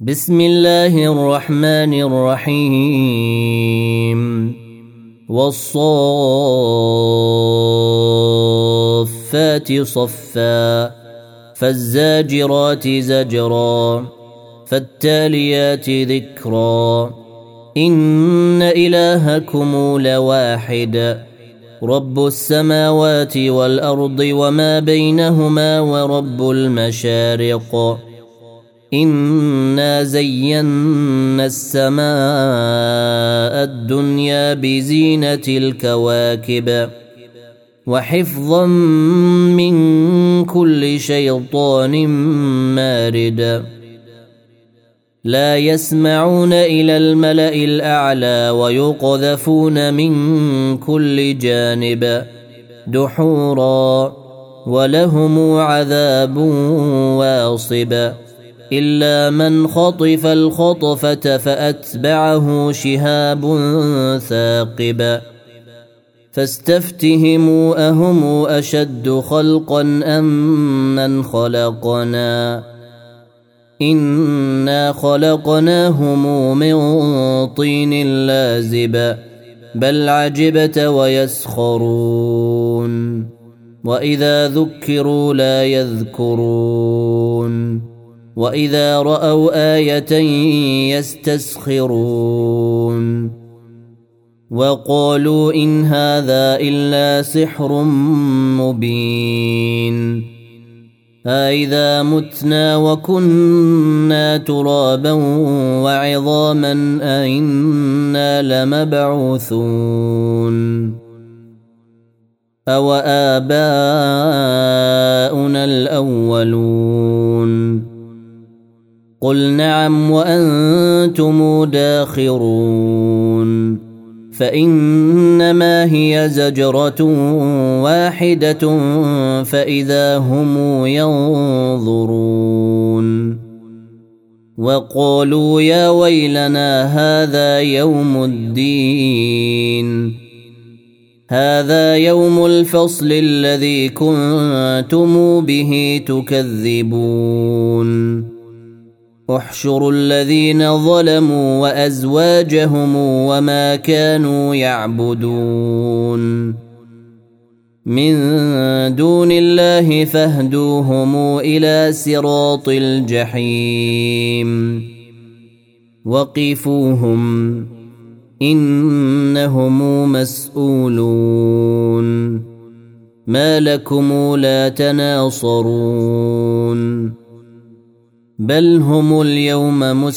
بسم الله الرحمن الرحيم والصافات صفا فالزاجرات زجرا فالتاليات ذكرا إن إلهكم لواحد رب السماوات والأرض وما بينهما ورب المشارق إنا زينا السماء الدنيا بزينة الكواكب وحفظا من كل شيطان مارد لا يسمعون إلى الملأ الأعلى ويقذفون من كل جانب دحورا ولهم عذاب واصب إلا من خطف الخطفة فأتبعه شهاب ثاقب فاستفتهموا أهم أشد خلقا أم من خلقنا إنا خلقناهم من طين لازب بل عجبت ويسخرون وإذا ذكروا لا يذكرون وإذا رأوا آية يستسخرون وقالوا إن هذا إلا سحر مبين أإذا متنا وكنا ترابا وعظاما أإنا لمبعوثون أو آباؤنا الأولون قل نعم وأنتم داخرون فإنما هي زجرة واحدة فإذا هم ينظرون وقالوا يا ويلنا هذا يوم الفصل الذي كنتم به تكذبون احشروا الذين ظلموا وأزواجهم وما كانوا يعبدون من دون الله فاهدوهم إلى صراط الجحيم وقفوهم إنهم مسؤولون ما لكم لا تناصرون بل هم اليوم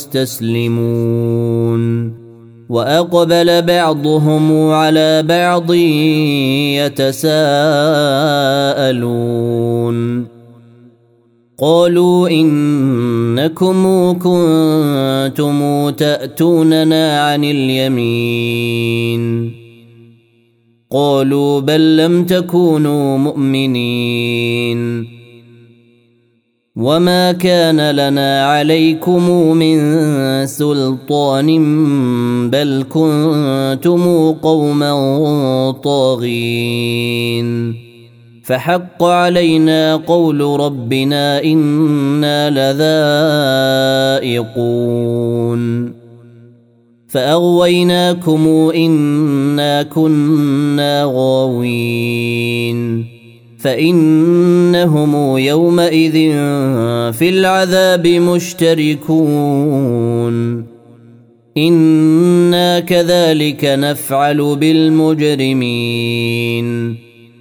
مستسلمون وأقبل بعضهم على بعض يتساءلون قالوا إنكم كنتم تأتوننا عن اليمين قالوا بل لم تكونوا مؤمنين وما كان لنا عليكم من سلطان بل كنتم قوما طاغين فحق علينا قول ربنا إنا لذائقون فأغويناكم إنا كنا غاوين فإنهم يومئذ في العذاب مشتركون إنا كذلك نفعل بالمجرمين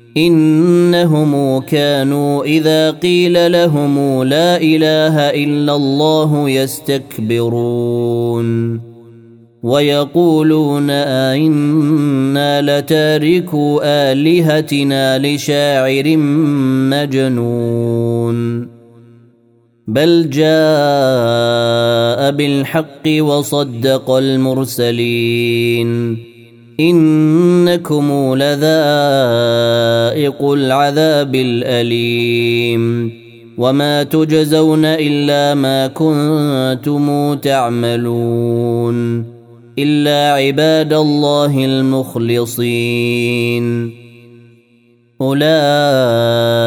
إنهم كانوا إذا قيل لهم لا إله إلا الله يستكبرون ويقولون أئنا لتاركو آلهتنا لشاعر مجنون بل جاء بالحق وصدق المرسلين إنكم لذائق العذاب الأليم وما تجزون إلا ما كنتم تعملون إلا عباد الله المخلصين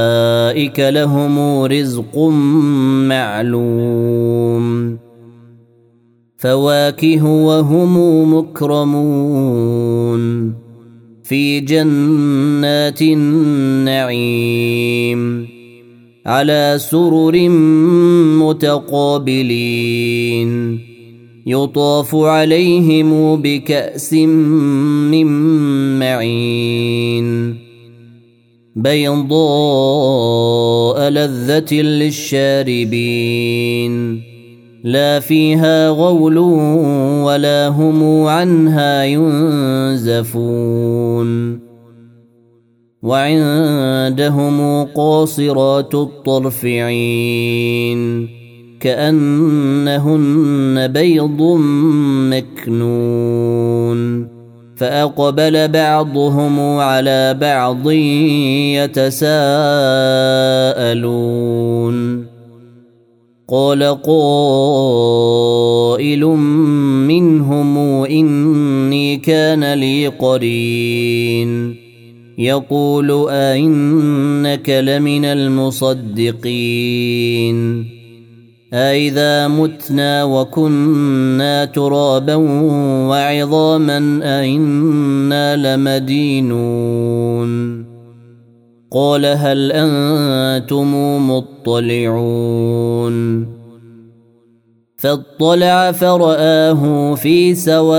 أولئك لهم رزق معلوم فواكه وهم مكرمون في جنات النعيم على سرر متقابلين يطاف عليهم بكأس من معين بيضاء لذة للشاربين لا فيها غول ولا هم عنها ينزفون وعندهم قاصرات الطرف عين كأنهن بيض مكنون فأقبل بعضهم على بعض يتساءلون قال قائل منهم إني كان لي قرين يقول أئنك لمن المصدقين أئذا متنا وكنا ترابا وعظاما أئنا لمدينون قال هل أنتم مطلعون فاطلع فرآه في سواء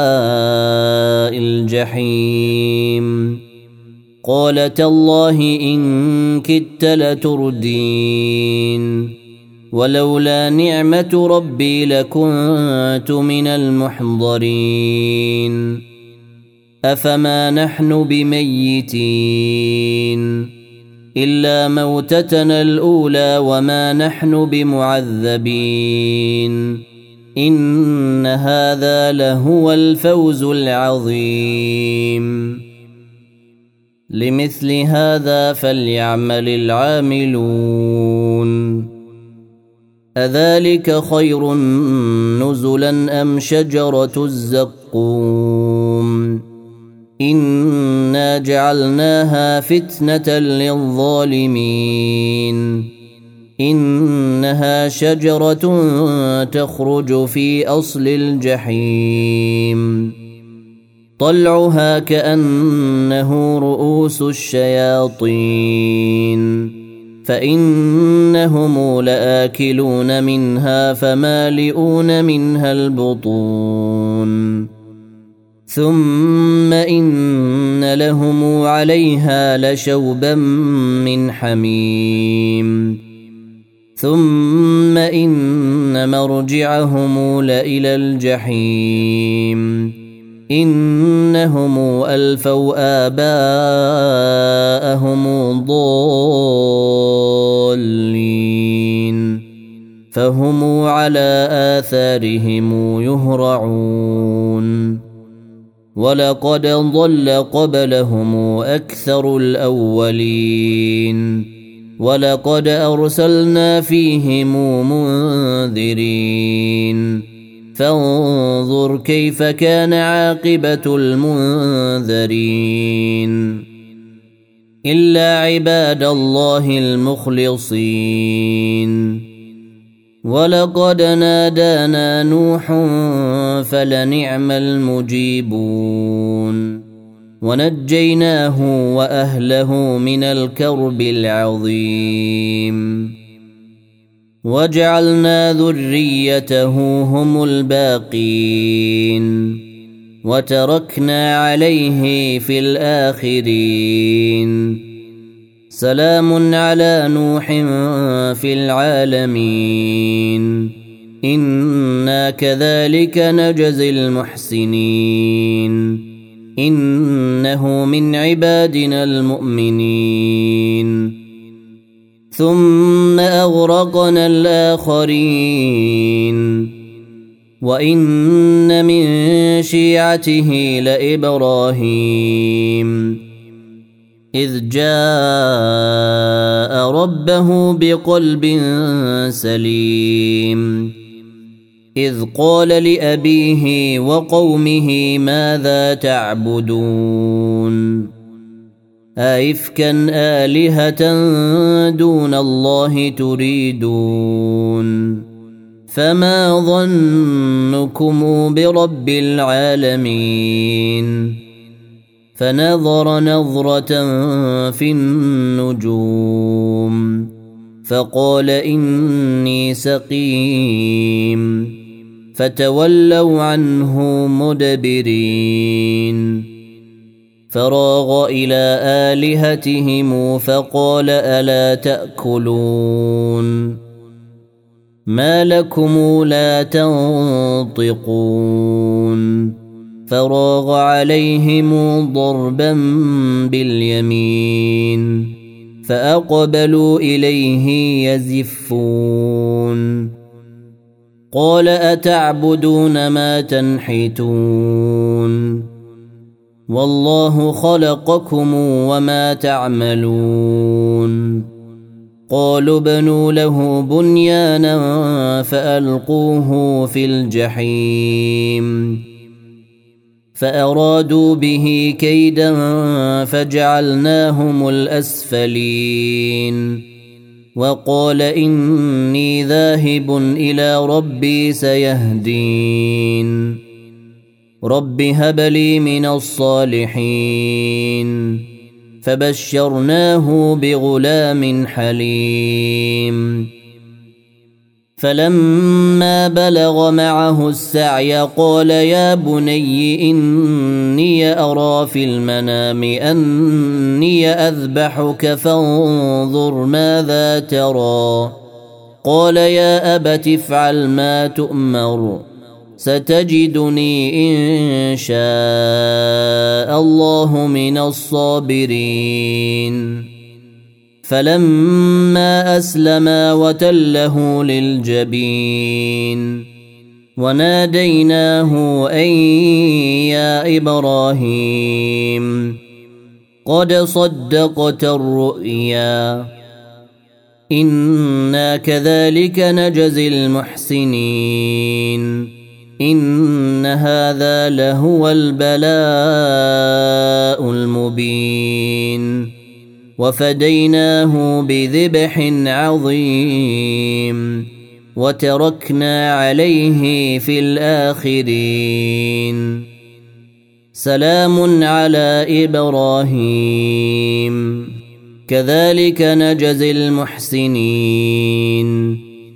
الجحيم قال تالله إن كدت لتردين ولولا نعمة ربي لكنت من المحضرين أفما نحن بميتين إلا موتتنا الأولى وما نحن بمعذبين إن هذا لهو الفوز العظيم لمثل هذا فليعمل العاملون أذلك خير نزلا أم شجرة الزقوم إنا جعلناها فتنة للظالمين إنها شجرة تخرج في أصل الجحيم طلعها كأنه رؤوس الشياطين فإنهم لآكلون منها فمالئون منها البطون ثم إن لهم عليها لشوبا من حميم ثم إن مرجعهم لإلى الجحيم إنهم ألفوا آباءهم ضالين فهم على آثارهم يهرعون ولقد ضل قبلهم أكثر الأولين ولقد أرسلنا فيهم منذرين فانظر كيف كان عاقبة المنذرين إلا عباد الله المخلصين ولقد نادانا نوح فلنعم المجيبون ونجيناه وأهله من الكرب العظيم وجعلنا ذريته هم الباقين وتركنا عليه في الآخرين سلام على نوح في العالمين إنا كذلك نجزي المحسنين إنه من عبادنا المؤمنين ثم أغرقنا الآخرين وإن من شيعته لإبراهيم إذ جاء ربه بقلب سليم إذ قال لأبيه وقومه ماذا تعبدون أئفكا آلهة دون الله تريدون فما ظنكم برب العالمين فنظر نظرة في النجوم فقال إني سقيم فتولوا عنه مدبرين فراغ إلى آلهتهم فقال ألا تأكلون ما لكم لا تنطقون فراغ عليهم ضربا باليمين فأقبلوا إليه يزفون قال أتعبدون ما تنحتون والله خلقكم وما تعملون قالوا بنوا له بنيانا فألقوه في الجحيم فأرادوا به كيدا فجعلناهم الأسفلين وقال إني ذاهب إلى ربي سيهدين رب هب لي من الصالحين فبشرناه بغلام حليم فلما بلغ معه السعي قال يا بني إني أرى في المنام أني أذبحك فانظر ماذا ترى قال يا أبت افعل ما تؤمر ستجدني إن شاء الله من الصابرين فلما أسلما وتله للجبين وناديناه أن يا إبراهيم قد صدقت الرؤيا إنا كذلك نجزي المحسنين إن هذا لهو البلاء المبين وفديناه بذبح عظيم وتركنا عليه في الآخرين سلام على إبراهيم كذلك نجزي المحسنين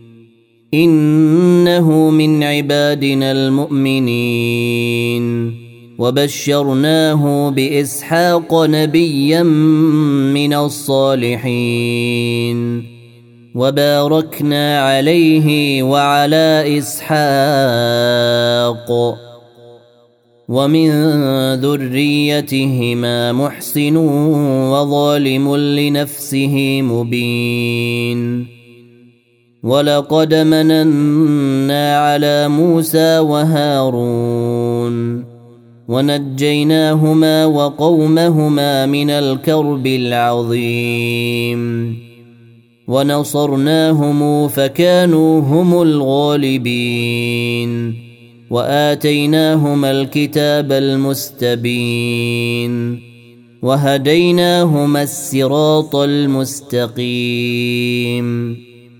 إنه من عبادنا المؤمنين وبشرناه بإسحاق نبيا من الصالحين وباركنا عليه وعلى إسحاق ومن ذريتهما محسن وظالم لنفسه مبين ولقد مننا على موسى وهارون ونجيناهما وقومهما من الكرب العظيم ونصرناهم فكانوا هم الغالبين وآتيناهما الكتاب المستبين وهديناهما الصراط المستقيم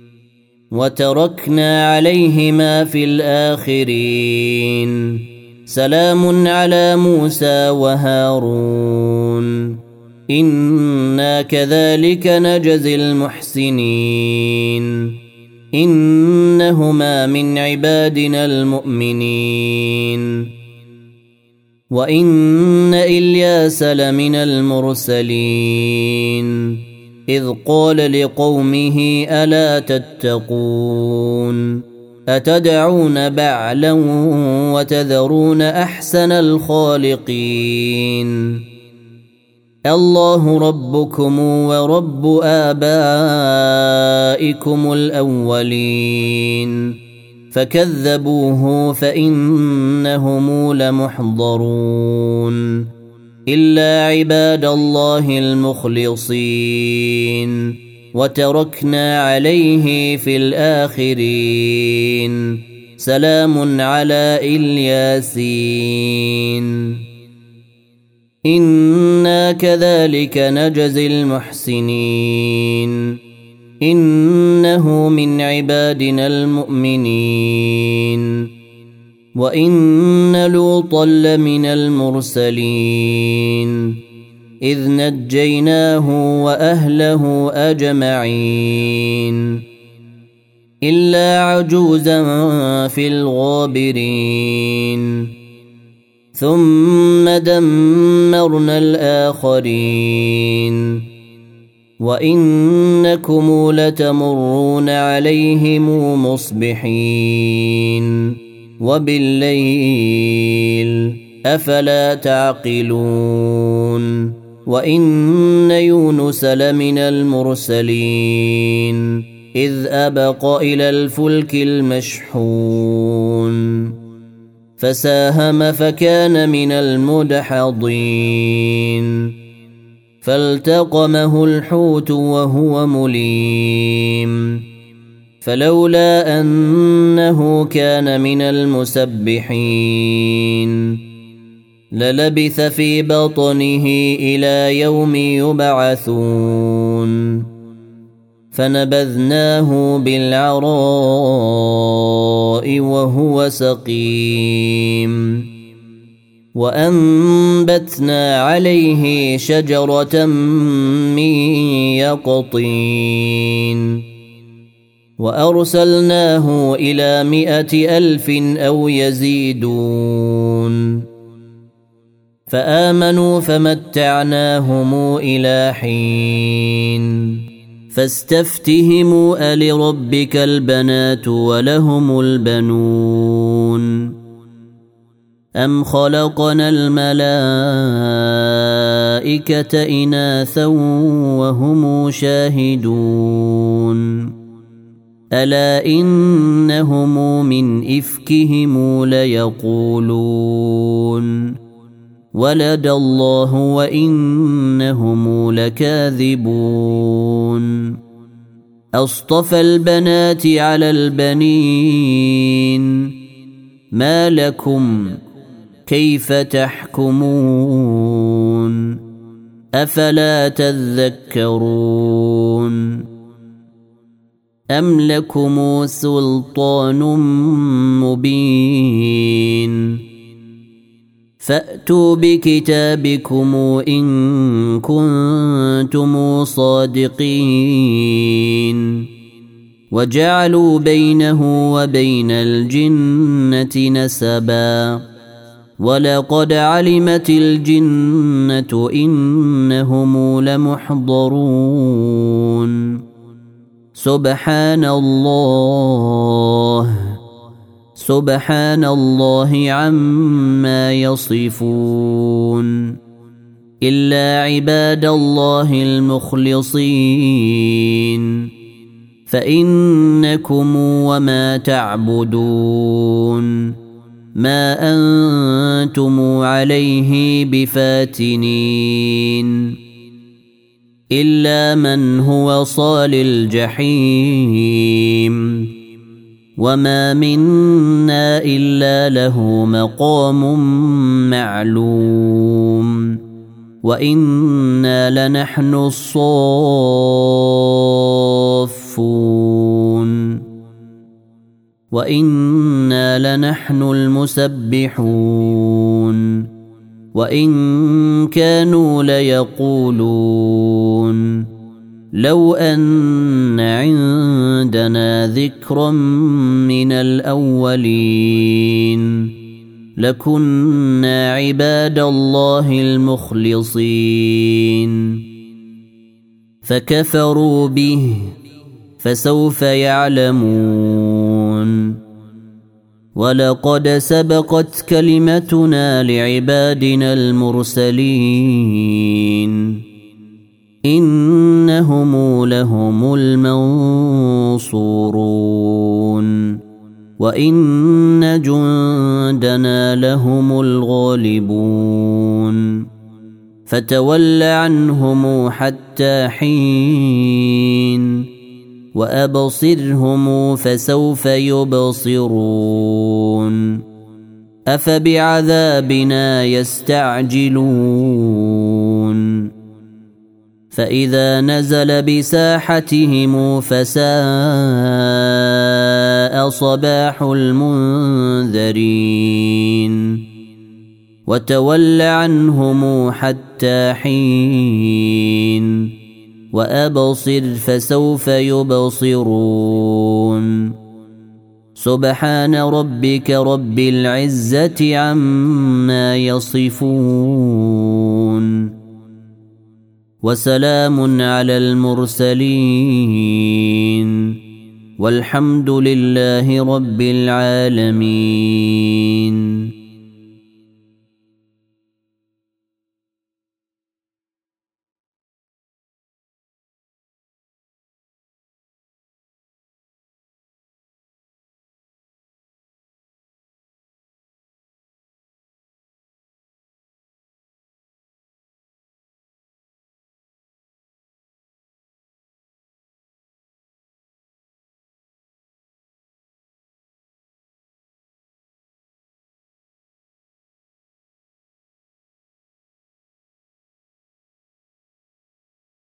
وتركنا عليهما في الآخرين سلام على موسى وهارون إنا كذلك نجزي المحسنين إنهما من عبادنا المؤمنين وإن إلياس لمن المرسلين إذ قال لقومه ألا تتقون أتدعون بعلا وتذرون أحسن الخالقين الله ربكم ورب آبائكم الأولين فكذبوه فإنهم لمحضرون إلا عباد الله المخلصين وتركنا عليه في الآخرين سلام على الياسين إنا كذلك نجزي المحسنين إنه من عبادنا المؤمنين وإن لوطا لمن المرسلين إذ نجيناه وأهله أجمعين إلا عجوزا في الغابرين ثم دمرنا الآخرين وإنكم لتمرون عليهم مصبحين وبالليل أفلا تعقلون وإن يونس لمن المرسلين إذ أبق إلى الفلك المشحون فساهم فكان من المدحضين فالتقمه الحوت وهو مليم فلولا أنه كان من المسبحين للبث في بطنه إلى يوم يبعثون فنبذناه بالعراء وهو سقيم وأنبتنا عليه شجرة من يقطين وأرسلناه إلى 100,000 أو يزيدون فآمنوا فمتعناهم إلى حين فاستفتهموا ألربك البنات ولهم البنون أم خلقنا الملائكة إناثا وهم شاهدون ألا إنهم من إفكهم ليقولون ولد الله وإنهم لكاذبون أصطفى البنات على البنين ما لكم كيف تحكمون أفلا تذكرون أم لكم سلطان مبين فأتوا بكتابكم إن كنتم صادقين وجعلوا بينه وبين الجنة نسبا ولقد علمت الجنة إنهم لمحضرون سبحان الله عما يصفون إلا عباد الله المخلصين فإنكم وما تعبدون ما أنتم عليه بفاتنين إلا من هو صال الجحيم وما منا إلا له مقام معلوم وإنا لنحن الصافون وإنا لنحن المسبحون وإن كانوا ليقولون لو أن عندنا ذكرا من الأولين لكنا عباد الله المخلصين فكفروا به فسوف يعلمون ولقد سبقت كلمتنا لعبادنا المرسلين إنهم لهم المنصورون وإن جندنا لهم الغالبون فتول عنهم حتى حين وأبصرهم فسوف يبصرون أفبعذابنا يستعجلون فإذا نزل بساحتهم فساء صباح المنذرين وتول عنهم حتى حين وأبصر فسوف يبصرون سبحان ربك رب العزة عما يصفون وسلام على المرسلين والحمد لله رب العالمين.